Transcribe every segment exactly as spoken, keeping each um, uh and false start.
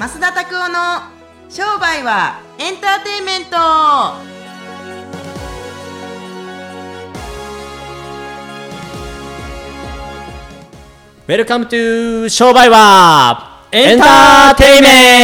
増田拓夫の商売はエンターテインメント。 ウェルカムトゥ商売はエンターテイ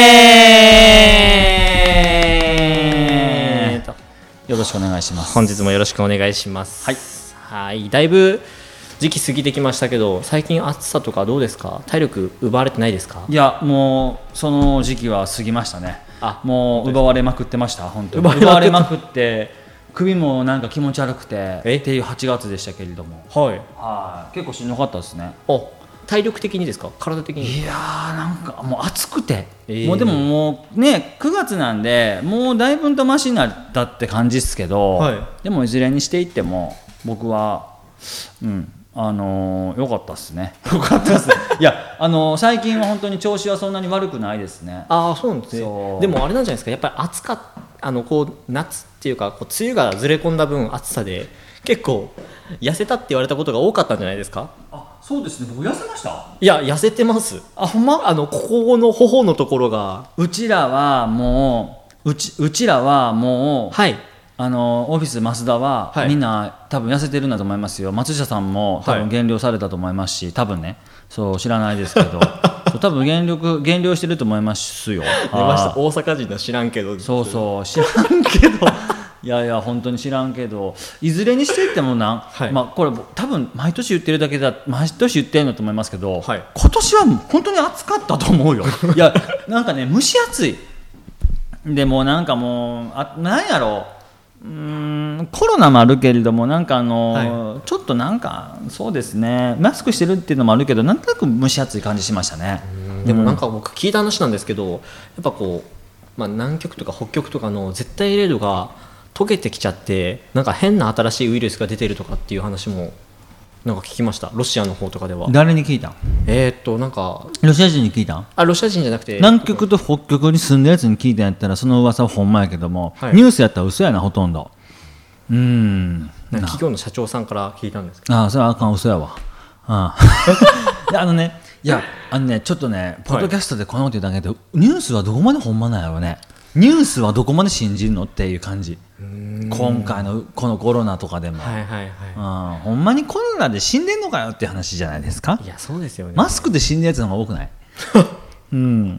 メント。 よろしくお願いします。 本日もよろしくお願いします。はい、はい、だいぶ時期過ぎてきましたけど、最近暑さとかどうですか？体力奪われてないですか？ いや、もうその時期は過ぎましたね。あ、もう奪われまくってました。本当に奪われまくって首もなんか気持ち悪くてっていうはちがつでしたけれども、 はい、 はい、結構しんどかったですね。 お、体力的にですか？体的に？ いやー、なんかもう暑くて、えー、もうでももうねくがつなんでもうだいぶんとマシになったって感じですけど、はい、でもいずれにしていっても僕はうんあのー、よかったですね。よかったですね。いや、あのー、最近は本当に調子はそんなに悪くないですね。 ああ、そうなんですね。でもあれなんじゃないですか、やっぱり暑かっあのこう夏っていうかこう梅雨がずれ込んだ分暑さで結構痩せたって言われたことが多かったんじゃないですか？ あ、そうですね。僕痩せました？ いや、痩せてます。 あ、ほんま？ あのここの頬のところが、 うちらはもううちうちらはもう、はい、あのオフィス増田は、はい、みんな多分痩せてるんだと思いますよ。松下さんも多分減量されたと思いますし、はい、多分ね、そう知らないですけどそう多分減量減量してると思いますよ。 出ました。大阪人の知らんけど。 そうそう、知らんけどいやいや本当に知らんけど、いずれにしていってもな、はい、まあ、これ多分毎年言ってるだけだ毎年言ってるんだと思いますけど、はい、今年は本当に暑かったと思うよ。いや、なんかね、蒸し暑いでもなんかもうあなんやろう、うーんコロナもあるけれども、なんかあの、はい、ちょっとなんかそうですね、マスクしてるっていうのもあるけど、なんとなく蒸し暑い感じしましたね。 でもなんか僕聞いた話なんですけど、やっぱこう、まあ、南極とか北極とかの絶対零度が溶けてきちゃって、なんか変な新しいウイルスが出てるとかっていう話もなんか聞きました。ロシアの方とかでは。 誰に聞いたん？ えー、っとなんかロシア人に聞いたん？ あ、ロシア人じゃなくて南極と北極に住んでるやつに聞いたんやったらその噂はほんまやけども、はい、ニュースやったら嘘やな、ほとんど。うーん、 企業の社長さんから聞いたんですけど。 ああ、それはあかん、嘘やわ。ああいや、あのね、いや、あのね、ちょっとね、ポッドキャストでこのこと言ったけど、はい、ニュースはどこまでほんまなんやろうね。ニュースはどこまで信じるのっていう感じ。今回のこのコロナとかでも、はいはいはい、うん、ほんまにコロナで死んでんのかよって話じゃないですか。 いや、そうですよね。 マスクで死んでるやつの方が多くない？うん、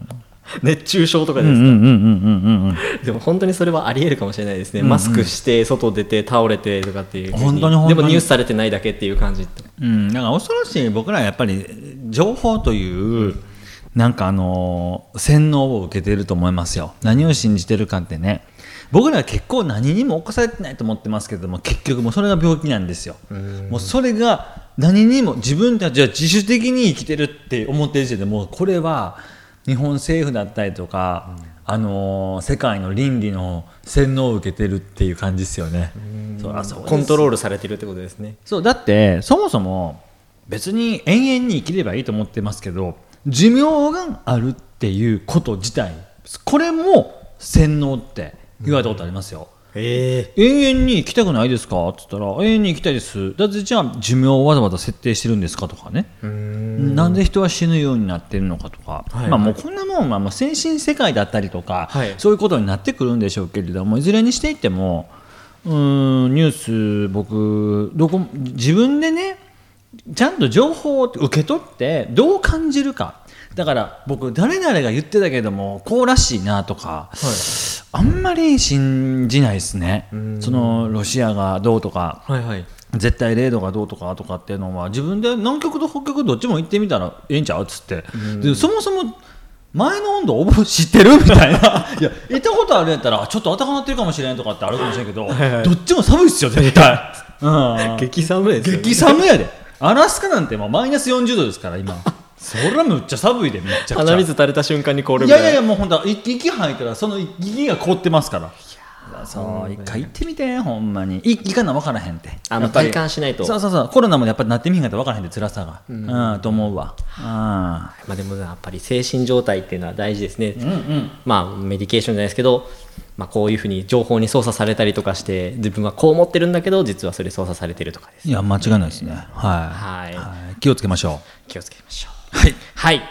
熱中症とかですか。でも本当にそれはありえるかもしれないですね、うんうん、マスクして外出て倒れてとかっていう、 本当に本当にでもニュースされてないだけっていう感じ、 うん、だから恐ろしい。僕らはやっぱり情報という、うん、なんかあのー、洗脳を受けていると思いますよ。何を信じてるかってね、僕らは結構何にも起こされてないと思ってますけども、結局もうそれが病気なんですよ。もうそれが何にも自分たちは自主的に生きてるって思ってる時点で、もうこれは日本政府だったりとか、うん、あのー、世界の倫理の洗脳を受けてるっていう感じですよね。 そらそうです。コントロールされてるってことですね。 そうだって、そもそも別に永遠に生きればいいと思ってますけど、寿命があるっていうこと自体、これも洗脳って言われたことありますよ。うん、えー、永遠に生きたくないですかって言ったら、永遠に生きたいです。だってじゃあ寿命をわざわざ設定してるんですかとかね、うーん、なんで人は死ぬようになってるのかとか、はいはい、まあ、もうこんなもんはもう先進世界だったりとか、はい、そういうことになってくるんでしょうけれども、いずれにしていっても、うーん、ニュース僕どこ自分でねちゃんと情報を受け取ってどう感じるか。だから僕誰々が言ってたけどもこうらしいなとか、はい、あんまり信じないですね。そのロシアがどうとか、はいはい、絶対零度がどうとかとかっていうのは自分で南極と北極どっちも行ってみたらええんちゃうっつって、でそもそも前の温度を知ってるみたいないや、行ったことあるやったらちょっと暖かなってるかもしれんとかってあるかもしれんけど、はいはい、どっちも寒いっすよ絶対。うん、 激寒ですよね。 激寒やで。アラスカなんてもうマイナスよんじゅうどですから今。それはむっちゃ寒いで、めっちゃくちゃ鼻水垂れた瞬間に凍るみたいな。 いやいやいや、もうほんと息吐いたらその息が凍ってますから。そう一回行ってみて、ほんまに行かな分からへんって、 あの体感しないと。 そうそうそう、コロナもやっぱりなってみへんかったら分からへんで、辛さが、うんうん、と思うわ。うん、 まあ、でもやっぱり精神状態っていうのは大事ですね。うんうん、まあメディケーションじゃないですけど、まあ、こういうふうに情報に操作されたりとかして自分はこう思ってるんだけど実はそれ操作されてるとかです。 いや間違いないですね。はい、はいはい、気をつけましょう。 気をつけましょう。 はい、 はい、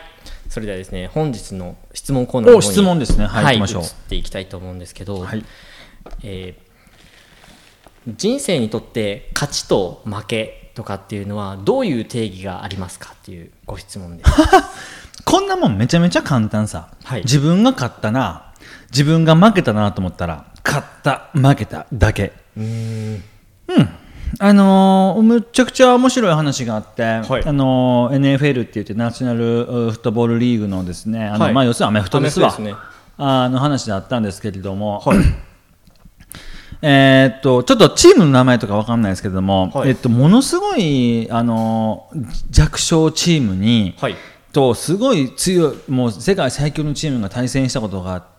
それではですね、本日の質問コーナーの方に質問ですね、はい、 はい、 行きましょう。 移っていきたいと思うんですけど、 はいえー人生にとって勝ちと負けとかっていうのはどういう定義がありますかっていうご質問ですこんなもんめちゃめちゃ簡単さ、 はい、 自分が勝ったな、自分が負けたなと思ったら勝った負けただけ。 うーんうんあのー、むちゃくちゃ面白い話があって、 はいあのー、エヌエフエルって言ってナショナルフットボールリーグのですね、あの、 はいまあ、要するにアメフトですわ、 アメフトですね、 あの話であったんですけれども、 はいえーっとちょっとチームの名前とかわかんないですけれども、 はいえっと、ものすごい、あのー弱小チームに、 はいとすごい強いもう世界最強のチームが対戦したことがあって、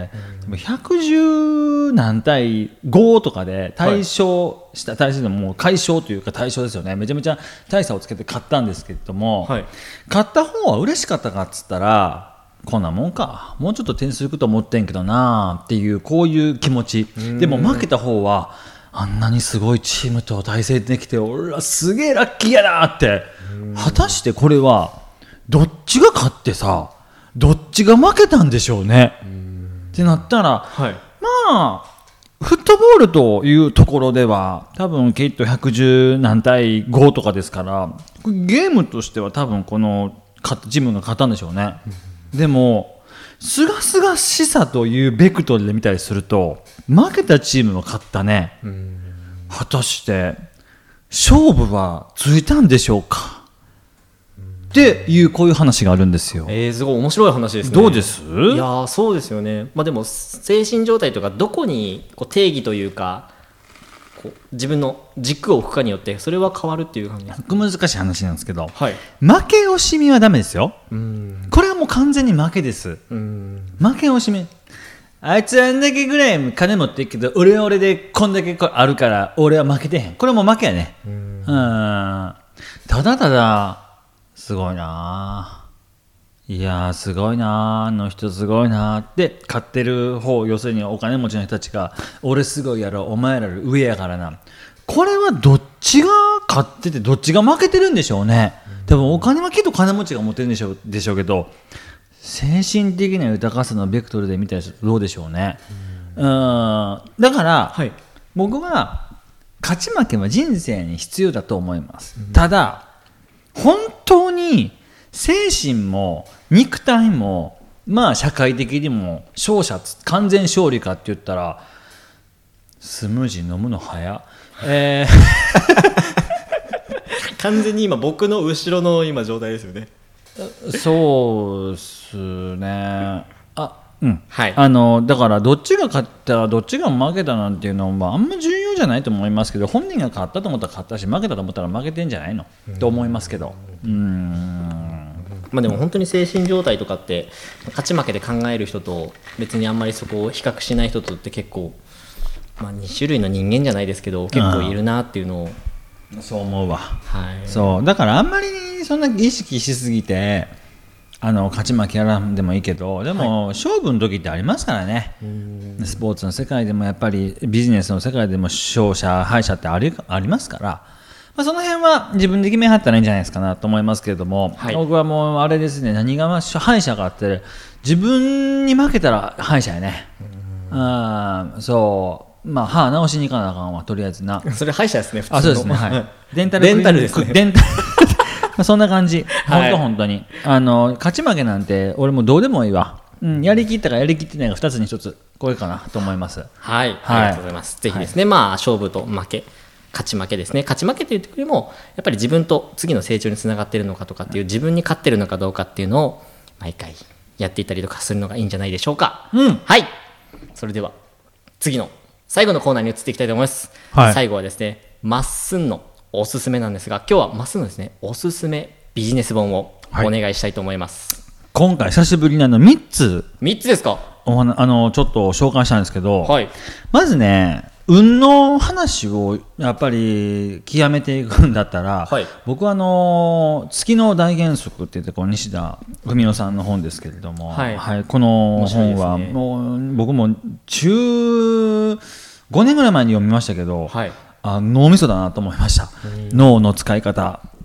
ひゃくじゅう何対ごとかで大勝した、対戦でももう快勝というか大勝ですよね。めちゃめちゃ大差をつけて勝ったんですけれども、 はい勝った方は嬉しかったかっつったらこんなもんか、もうちょっと点数いくと思ってんけどなっていうこういう気持ちでも、負けた方はあんなにすごいチームと対戦できて俺らすげえラッキーやなって、果たしてこれはどっちが勝ってさどっちが負けたんでしょうねってなったら、 はい、 まあフットボールというところでは多分きっとひゃくじゅう何対ごとかですから、ゲームとしては多分このチームが勝ったんでしょうね。でもすがすがしさというベクトルで見たりすると負けたチームは勝ったね。果たして勝負はついたんでしょうかっていうこういう話があるんですよ。 えー、すごい面白い話ですね。 どうです？ いやーそうですよね。まあでも精神状態とかどこにこう定義というかこう自分の軸を置くかによってそれは変わるっていう感じです。 難しい話なんですけど、 はい、 負け惜しみはダメですよ。 うんこれはもう完全に負けです。 うん負け惜しみ、あいつあんだけぐらい金持ってるけど俺は俺でこんだけこあるから俺は負けてへん、これはもう負けやね。うん、ただただすごいな、いやーすごいな、あの人すごいなって買ってる方、要するにお金持ちの人たちが俺すごいやろお前らより上やからな、これはどっちが勝っててどっちが負けてるんでしょうね。多分お金はきっと金持ちが持ってるんでしょう、でしょうけど、精神的な豊かさのベクトルで見たりするとどうでしょうね。うん、だから、はい、僕は勝ち負けは人生に必要だと思います。うん、ただ本当に精神も肉体もまあ社会的にも勝者完全勝利かって言ったらスムージー飲むの早、えー、完全に今僕の後ろの今状態ですよね。 そうですね。あ、うん、 はい、 あのだからどっちが勝ったどっちが負けたなんていうのは、まあ、あんま重要じゃないと思いますけど、本人が勝ったと思ったら勝ったし負けたと思ったら負けてんじゃないのと思いますけど、うーん、 まあ、でも本当に精神状態とかって勝ち負けで考える人と別にあんまりそこを比較しない人とって結構、まあ、に種類の人間じゃないですけど結構いるなっていうのを、 そう思うわ、 はい、そうだからあんまりそんな意識しすぎてあの勝ち負けやらんでもいいけど、でも、はい、勝負の時ってありますからね。スポーツの世界でもやっぱりビジネスの世界でも勝者敗者ってあり、ありますから、まあ、その辺は自分で決めはったらいいんじゃないですかなと思いますけれども、はい、僕はもうあれですね、何が敗者かって自分に負けたら敗者やね。あそうまあ歯直しに行かなあかんわとりあえずな。 それ敗者ですね普通の。 あそうですね、はい、デンタルデンタルですね。 デンタルそんな感じ、本当本当にあの勝ち負けなんて俺もどうでもいいわ、うん、やりきったかやりきってないかふたつにひとつこれかなと思います。 はい、はい、ありがとうございます。ぜひですね、はい、まあ勝負と負け勝ち負けですね。勝ち負けというよりもやっぱり自分と次の成長につながっているのかとかっていう、自分に勝っているのかどうかっていうのを毎回やっていたりとかするのがいいんじゃないでしょうか。 うん、 はい、それでは次の最後のコーナーに移っていきたいと思います。はい、最後はですねまっすんのおすすめなんですが、今日はまっすんのですねおすすめビジネス本をお願いしたいと思います。 はい、今回久しぶりなのみっつみっつですか。 おあのちょっと紹介したんですけど、 はい、 まずね運の話をやっぱり極めていくんだったら、はい、僕はあの月の大原則って言ってこう西田文夫さんの本ですけれども、はいはい、この本はもう僕も中ごねんぐらい前に読みましたけど、はい、あ脳みそだなと思いました。脳の使い方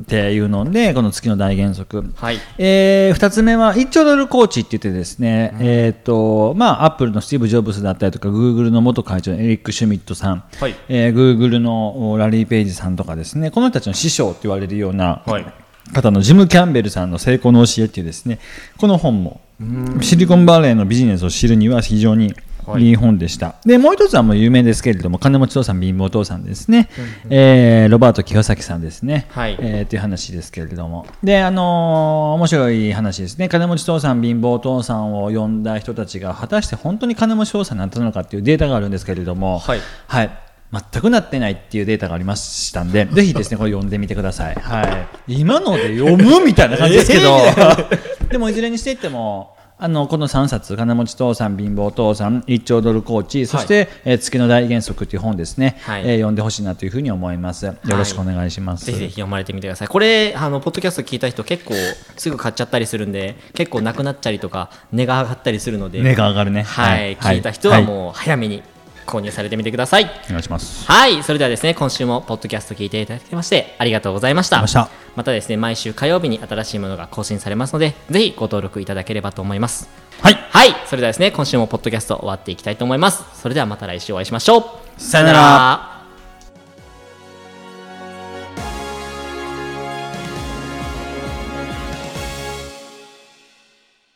っていうのでこの月の大原則、 はいえー、ふたつめはいっちょうドルコーチって言ってですね、うん、えーとまあ、アップルのスティーブ・ジョブズだったりとかグーグルの元会長のエリック・シュミットさん、はいえー、グーグルのラリー・ペイジさんとかですねこの人たちの師匠って言われるような方のジム・キャンベルさんの成功の教えっていうですねこの本もシリコンバレーのビジネスを知るには非常にいい本でした。でもう一つはもう有名ですけれども金持ち父さん貧乏父さんですね、うんうんえー、ロバート清崎さんですね、はいえー、という話ですけれどもで、あのー、面白い話ですね。金持ち父さん貧乏父さんを呼んだ人たちが果たして本当に金持ち父さんになったのかっていうデータがあるんですけれども、はいはい、全くなってないっていうデータがありましたんでぜひですねこれ読んでみてください、はい、今ので読むみたいな感じですけど、えー、でもいずれにしていってもあのこのさんさつ金持ち父さん貧乏父さんいっちょうドルコーチそして、はいえー、月の大原則という本ですね、はいえー、読んでほしいなというふうに思います。よろしくお願いします、 はい、ぜひぜひ読まれてみてください。これあのポッドキャスト聞いた人結構すぐ買っちゃったりするんで結構なくなっちゃりとか値が上がったりするので値が上がるね、 はい、はい、聞いた人はもう早めに購入されてみてください。 お願いします。 はい、それではですね今週もポッドキャスト聞いていただきましてありがとうございました。またですね毎週火曜日に新しいものが更新されますのでぜひご登録いただければと思います。はい、はい、それではですね今週もポッドキャスト終わっていきたいと思います。それではまた来週お会いしましょう。 さよなら。